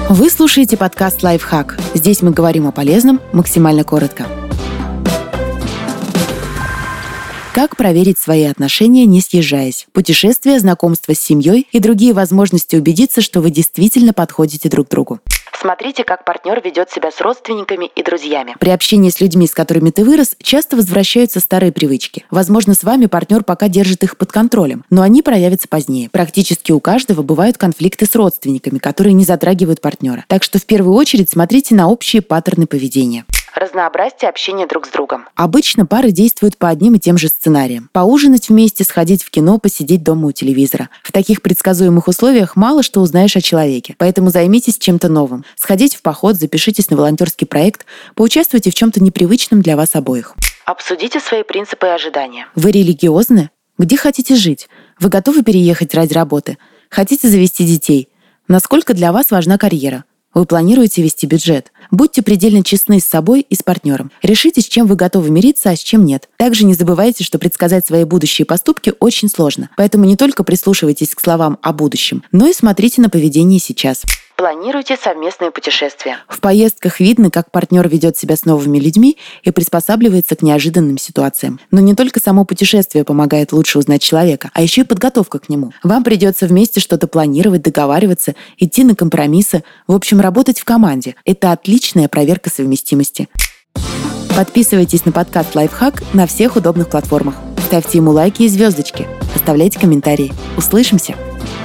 Вы слушаете подкаст «Лайфхак». Здесь мы говорим о полезном максимально коротко. Как проверить свои отношения, не съезжаясь? Путешествия, знакомства с семьей и другие возможности убедиться, что вы действительно подходите друг другу. Смотрите, как партнер ведет себя с родственниками и друзьями. При общении с людьми, с которыми ты вырос, часто возвращаются старые привычки. Возможно, с вами партнер пока держит их под контролем, но они проявятся позднее. Практически у каждого бывают конфликты с родственниками, которые не затрагивают партнера. Так что в первую очередь смотрите на общие паттерны поведения. Разнообразьте общение друг с другом. Обычно пары действуют по одним и тем же сценариям. Поужинать вместе, сходить в кино, посидеть дома у телевизора. В таких предсказуемых условиях мало что узнаешь о человеке, поэтому займитесь чем-то новым. Сходите в поход, запишитесь на волонтерский проект, поучаствуйте в чем-то непривычном для вас обоих. Обсудите свои принципы и ожидания. Вы религиозны? Где хотите жить? Вы готовы переехать ради работы? Хотите завести детей? Насколько для вас важна карьера? Вы планируете вести бюджет? Будьте предельно честны с собой и с партнером. Решите, с чем вы готовы мириться, а с чем нет. Также не забывайте, что предсказать свои будущие поступки очень сложно. Поэтому не только прислушивайтесь к словам о будущем, но и смотрите на поведение сейчас. Планируйте совместные путешествия. В поездках видно, как партнер ведет себя с новыми людьми и приспосабливается к неожиданным ситуациям. Но не только само путешествие помогает лучше узнать человека, а еще и подготовка к нему. Вам придется вместе что-то планировать, договариваться, идти на компромиссы, в общем, работать в команде. Это отличная проверка совместимости. Подписывайтесь на подкаст «Лайфхак» на всех удобных платформах. Ставьте ему лайки и звездочки. Оставляйте комментарии. Услышимся!